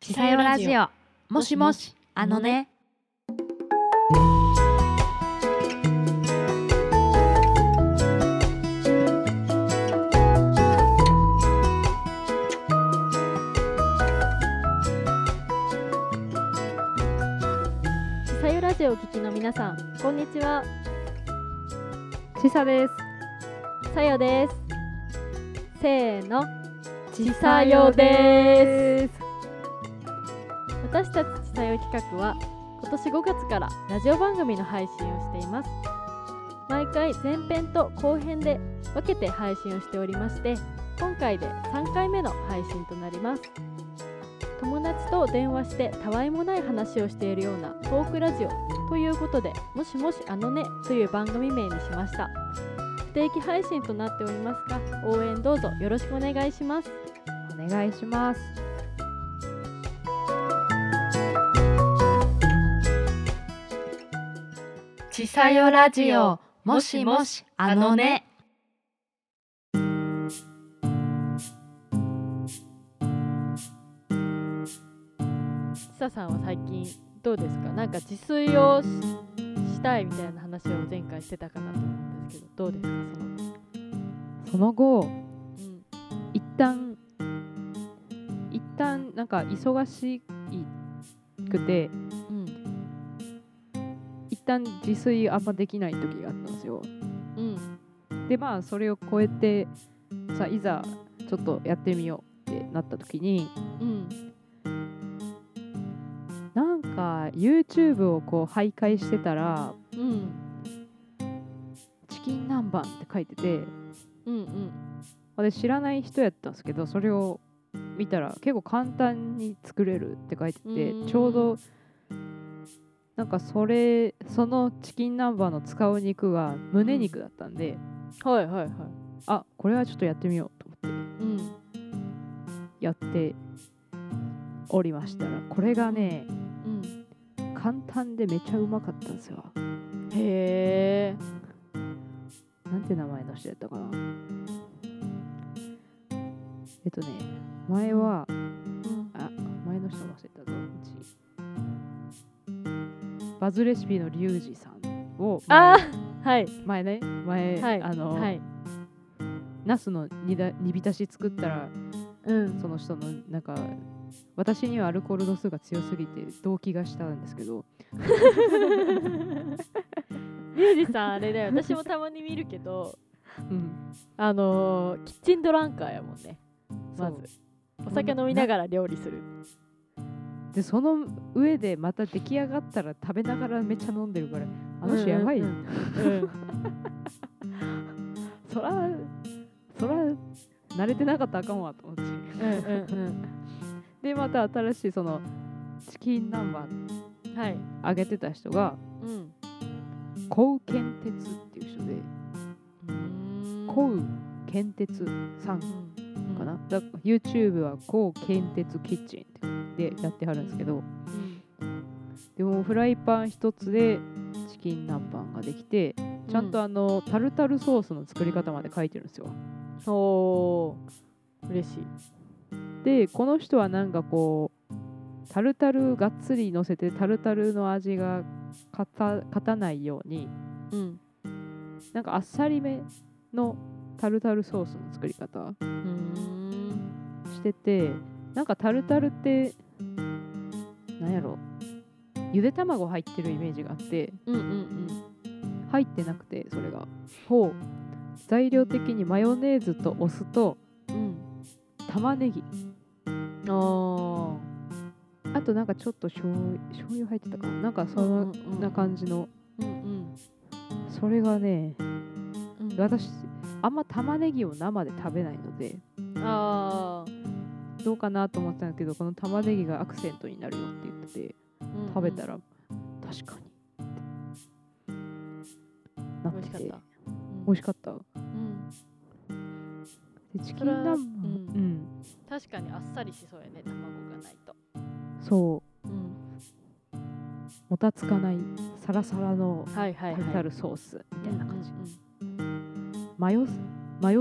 ちさよラジオ。もしもし、あのね。 ちさよラジオをお聞きの皆さん、こんにちは。 ちさです。 さよです。せーの、ちさよです。私たちちさよ企画は今年5月からラジオ番組の配信をしています。毎回前編と後編で分けて配信をしておりまして、今回で3回目の配信となります。友達と電話してたわいもない話をしているようなトークラジオということで、もしもしあのねという番組名にしました。不定期配信となっておりますが、応援どうぞよろしくお願いします。 お願いします。 ちさよラジオ。もしもし、あのね。 ちささんは最近どうですか？なんか自炊をしたいみたいな話を前回してたかなと思うんですけど、どうですかその後、 一旦なんか忙しくて、一旦自炊あんまできない時があったんですよ。でまあそれを超えてさ、いざちょっとやってみようってなった時に、なんか YouTube をこう徘徊してたら、チキン南蛮って書いてて、私知らない人やったんですけど、それを見たら結構簡単に作れるって書いてて、ちょうどなんかそのチキン南蛮の使う肉が胸肉だったんで、あ、これはちょっとやってみようと思ってやっておりましたら、これがね、簡単でめちゃうまかったんですよ。 へー。 なんて名前の人やったかな。前は、前の人忘れたぞ。バズレシピのリュウジさんを前ね、ナスの煮浸し作ったら、その人のなんか私にはアルコール度数が強すぎて動悸がしたんですけどリュウジさんあれだよ、私もたまに見るけど、キッチンドランカーやもんね。まずお酒飲みながら料理する。 でその上でまた出来上がったら食べながらめっちゃ飲んでるから、あの人やばいよ。そら慣れてなかったらあかんわと思ってでまた新しいそのチキン南蛮あげてた人が、コウケンテツっていう人で、コウケンテツさんかな、YouTube はコウケンテツキッチンでやってはるんですけど、でもフライパン一つでチキン南蛮ができて、ちゃんとタルタルソースの作り方まで書いてるんですよ。 嬉しい。 でこの人はなんかこうタルタルがっつり乗せてタルタルの味が勝たないように、なんかあっさりめのタルタルソースの作り方してて、なんかタルタルってなんやろ、ゆで卵入ってるイメージがあって、入ってなくて、それが材料的にマヨネーズとお酢と、玉ねぎ、あとなんかちょっと醤油入ってたかな、なんかそんな感じの、それがね、私あんま玉ねぎを生で食べないのでどうかなと思ってたんだけど、この玉ねぎがアクセントになるよって言ってて、食べたら確かになってて美味しかった。でチキン南蛮、 確かにあっさりしそうやね、卵がないと。 そう、もたつかないサラサラのタルタルソースみたいな感じ、マヨ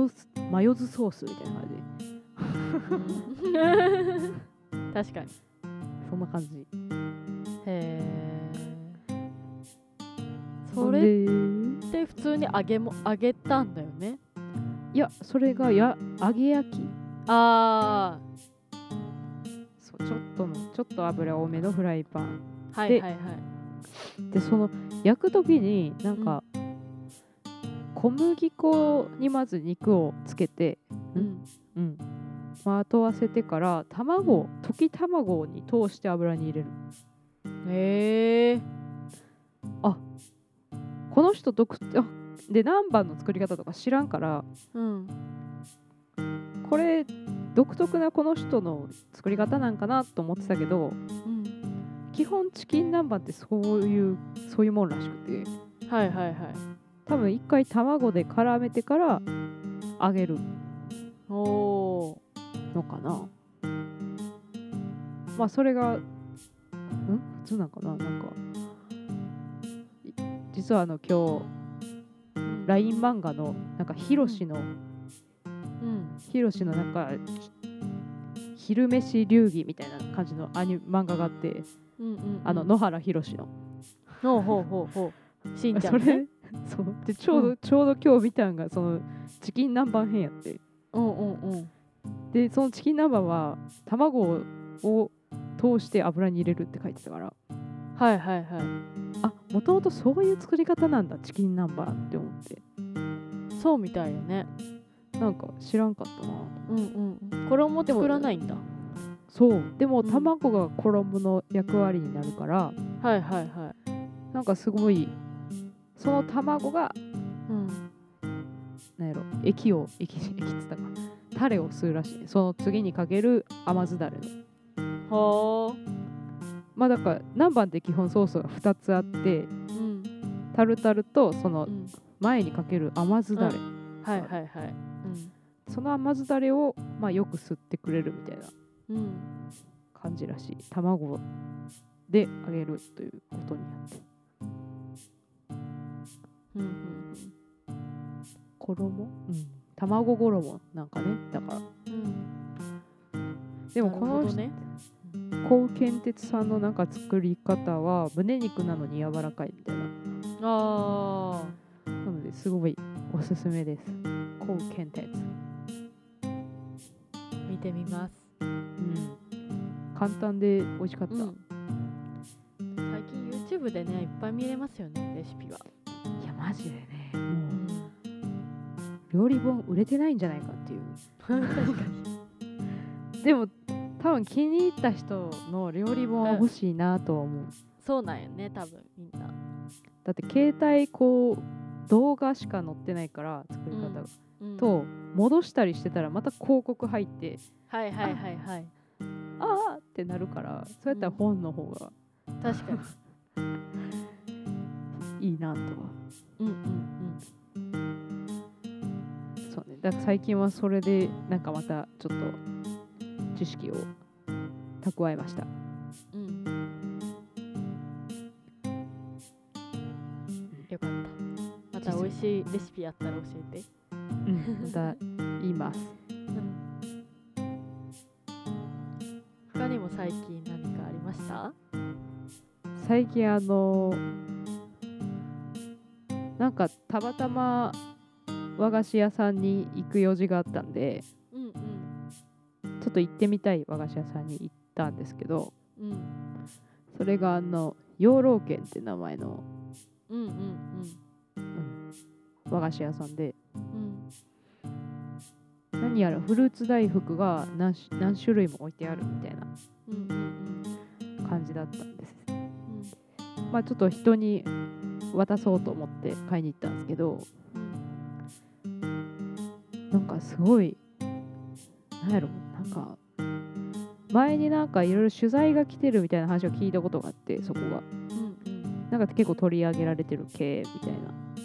ズソースみたいな感じで確かにそんな感じ。 へえ。それでって普通に揚げたんだよね。 いやそれが揚げ焼き。 あそうちょっと油多めのフライパンあ、はいはいはい。 で、その焼く時になんか、小麦粉にまず肉をつけて、まとわせてから溶き卵に通して油に入れる。 へえ。 この人で南蛮の作り方とか知らんから、これ独特なこの人の作り方なんかなと思ってたけど、基本チキン南蛮ってそういうもんらしくて、 はいはいはい。 多分一回卵で絡めてから揚げるおのかな。まあそれが普通なんかな。なんか実は今日 LINE 漫画のなんかヒロシのなんか昼飯流儀みたいな感じの漫画があって、野原ひろしのほうしんちゃんね。 それそうでちょうど今日見たんがそのチキン南蛮編やって、でそのチキン南蛮は卵を通して油に入れるって書いてたから、 はいはいはい。 もともとそういう作り方なんだチキン南蛮って思って、 そうみたいよね。 なんか知らんかったな。 衣作らないんだ。 そうでも卵が衣の役割になるから、 はいはいはい。 なんかすごいその卵がなんやろ液っつったかタレを吸うらしい。その次にかける甘酢だれの。 はまあだから南蛮って基本ソースが2つあって、タルタルとその前にかける甘酢だれ、 はいはいはい。 その甘酢だれをまあよく吸ってくれるみたいな感じらしい。卵で揚げるということになって、卵衣なんかね。だから、でもこの高健鉄さんのなんか作り方は胸肉なのに柔らかいみたいな。なのですごいおすすめです。高健鉄見てみます。 簡単で美味しかった。 最近 YouTube でねいっぱい見れますよね、レシピは。 いやマジでね、もう料理本売れてないんじゃないかっていう。 確かに。 でも多分気に入った人の料理本は欲しいなとは思う。 そうなんよね、多分みんな。 だって携帯動画しか載ってないから作り方が、と戻したりしてたらまた広告入って、 はいはいはいはい。 あーってなるから、そうやったら本の方が確かにいいなとは。そうね。だから最近はそれでなんかまたちょっと知識を蓄えました。 よかった。また美味しいレシピあったら教えて。 また言います。 他にも最近何かありました？ 最近なんかたまたま和菓子屋さんに行く用事があったんで、ちょっと行ってみたい和菓子屋さんに行ったんですけど、それが養老軒って名前の和菓子屋さんで、何やらフルーツ大福が何種類も置いてあるみたいな感じだったんです。まあちょっと人に渡そうと思って買いに行ったんですけど、なんかすごいなんやろ、なんか前になんかいろいろ取材が来てるみたいな話を聞いたことがあって、そこがなんか結構取り上げられてる系みたいな。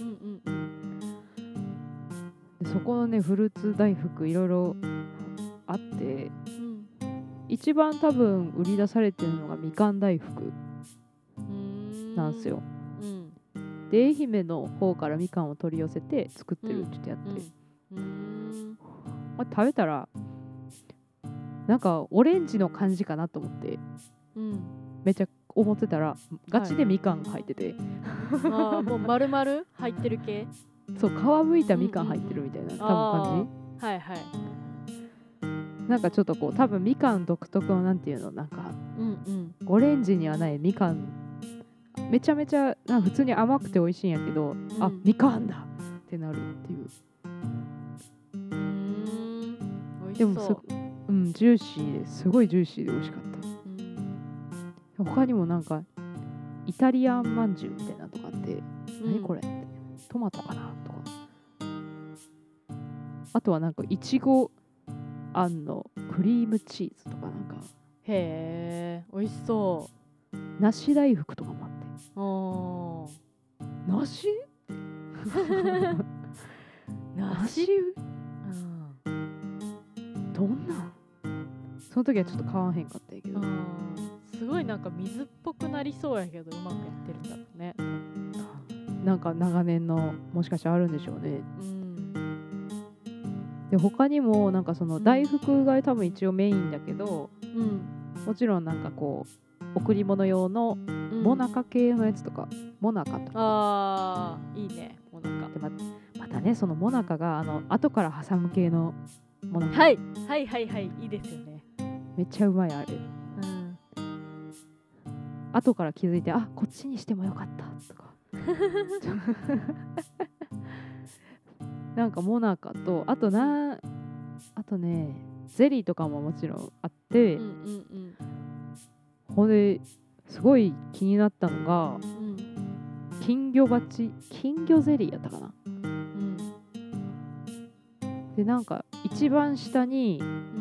でそこのねフルーツ大福いろいろあって、一番多分売り出されてるのがみかん大福なんですよ。で愛媛の方からみかんを取り寄せて作ってるって言ってやって、まあ、食べたらなんかオレンジの感じかなと思って、 めっちゃ思ってたらガチでみかんが入ってて、 あもう丸々入ってる系。 そう皮むいたみかん入ってるみたいな、多分感じ。はいはい。 なんかちょっとこう多分みかん独特のなんていうの、なんか、オレンジにはないみかん、めちゃめちゃなんか普通に甘くて美味しいんやけど、あみかんだってなるっていう。 美味しそう。でもジューシーですごいジューシーで美味しかった。他にもなんかイタリアンまんじゅうみたいなのとかあって、何これってトマトかなとか、あとはなんかいちごあんのクリームチーズとか、なんかへえ美味しそう。 梨大福とかもあって、梨梨、どんな、その時はちょっと買わへんかったんやけど、 すごいなんか水っぽくなりそうやけどうまくやってるんだろうね。 なんか長年のもしかしたらあるんでしょうね。で他にもなんかその大福が多分一応メインだけど、もちろんなんかこう贈り物用のモナカ系のやつとか、モナカとか、 いいねモナカ。 でまたね、そのモナカが後から挟む系のモナカ、 はいはいはいはい、いいですよね。 めっちゃうまいあれ。後から気づいて、あこっちにしてもよかったとかなんかモナカとあとねゼリーとかももちろんあって、ほんですごい気になったのが、金魚ゼリーやったかな、でなんか一番下に、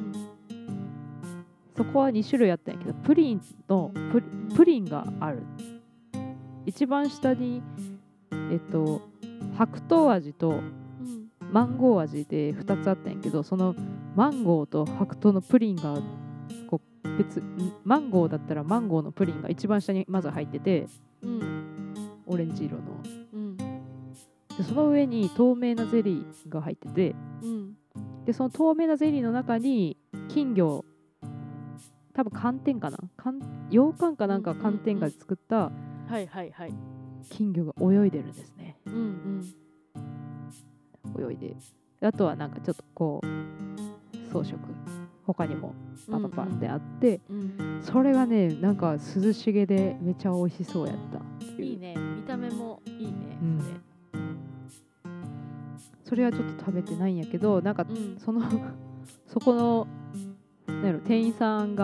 そこは2種類あったんやけど、プリンがある。一番下に白桃味とマンゴー味で2つあったんやけど、そのマンゴーと白桃のプリンがこうマンゴーだったらマンゴーのプリンが一番下にまず入ってて、オレンジ色の、でその上に透明なゼリーが入ってて、でその透明なゼリーの中に金魚、多分寒天かな、羊羹かなんか寒天が作った金魚が泳いでるんですね。泳いで、あとはなんかちょっとこう装飾他にもパパパってあって、それがねなんか涼しげでめちゃ美味しそうやった。 いいね、見た目もいいね、 それはちょっと食べてないんやけど、なんかそこのなんやろ、店員さん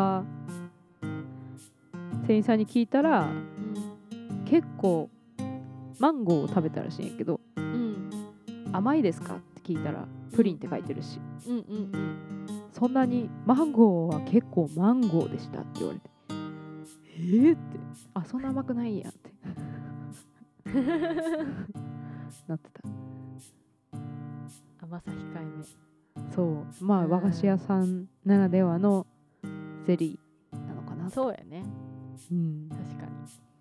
に聞いたら、結構マンゴーを食べたらしいんやけど、甘いですかって聞いたらプリンって書いてるし、そんなにマンゴーは結構マンゴーでしたって言われて、って、そんな甘くないんやってなってた。 甘さ控えめ。 そう、まあ和菓子屋さんならではのゼリーなのかな。 そうやね、確か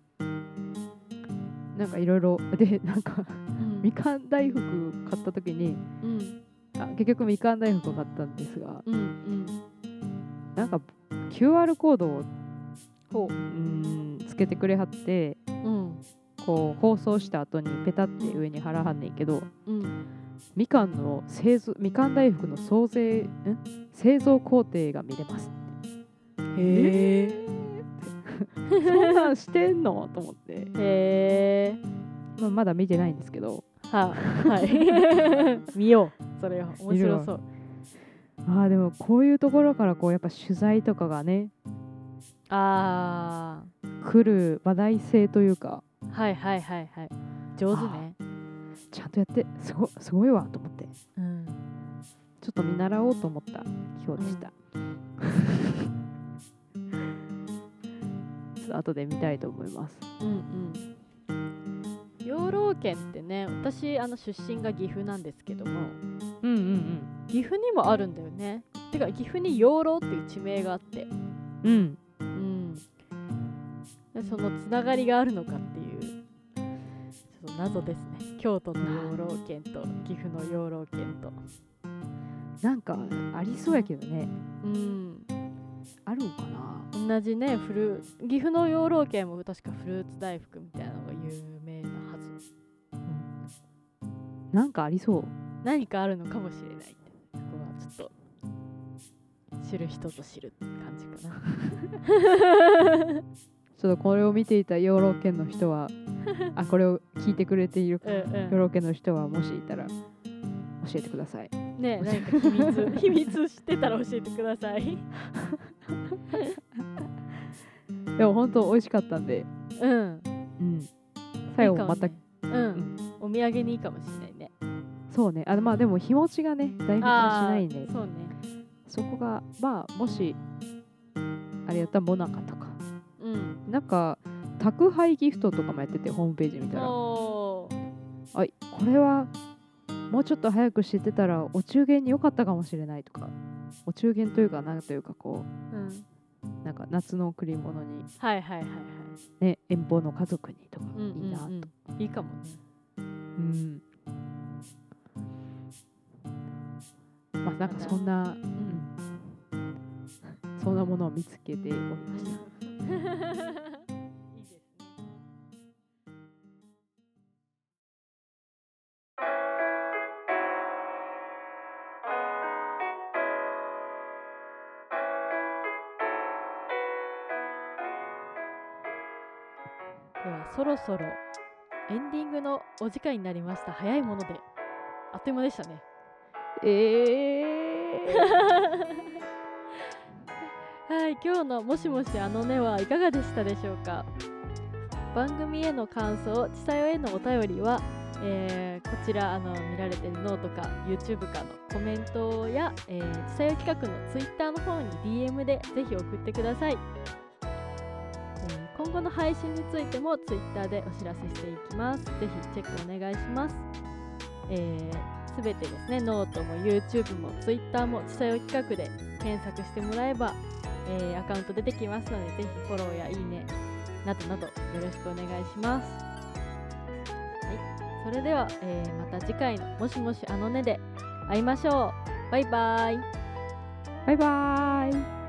に。なんかいろいろで、なんかみかん大福買った時に、結局みかん大福を買ったんですが、なんか QR コードをつけてくれはって、こう包装した後にペタって上に貼らはんねんけど、みかん大福の製造工程が見れます。へえそんなんしてんのと思って、へえ、まだ見てないんですけど、 見よう、それは面白そう。 でもこういうところからこうやっぱ取材とかがね、来る話題性というか、 上手ね。 ちゃんとやってすごいわと思って、ちょっと見習おうと思った今日でした。ちょっと後で見たいと思います。 養老県ってね、私出身が岐阜なんですけども、岐阜にもあるんだよね。てか岐阜に養老っていう地名があって、そのつながりがあるのかっていうちょっと謎ですね。京都の養老県と岐阜の養老県となんかありそうやけどね。あるんかな。 同じね岐阜の養老渓も確かフルーツ大福みたいなのが有名なはず、 なんかありそう。 何かあるのかもしれないって、ここはちょっと知る人ぞ知るって感じかなちょっとこれを見ていた養老県の人はこれを聞いてくれている養老県の人はもしいたら教えてくださいね。何か秘密知ってたら教えてくださいでも本当美味しかったんで、最後またいいお土産にいいかもしれないね。 そうね。まあでも日持ちがねだいぶしないんで、 そうね。 そこがまあもしあれやったらモナカとか、なんか宅配ギフトとかもやってて、ホームページ見たらこれはもうちょっと早く知ってたらお中元に良かったかもしれないとか、お中元というかなんというかこう、なんか夏の贈り物にね、遠方の家族にとかいいなと、 いいかもね。 まあなんかそんな、そんなものを見つけておりました。いいですね。 ではそろそろエンディングのお時間になりました。早いものであっという間でしたね。はい、今日のもしもしねはいかがでしたでしょうか。番組への感想、ちさよへのお便りは、こちら見られているノートか YouTube かのコメントや、ちさよ企画の Twitter の方に DM でぜひ送ってください。今後の配信についても Twitter でお知らせしていきます。ぜひチェックお願いします。すべてですね、ノートも YouTube も Twitter もちさよ企画で検索してもらえば、アカウント出てきますので、ぜひフォローやいいねなどなどよろしくお願いします。はい、それでは、また次回のもしもしねで会いましょう。バイバイ。 バイバイ。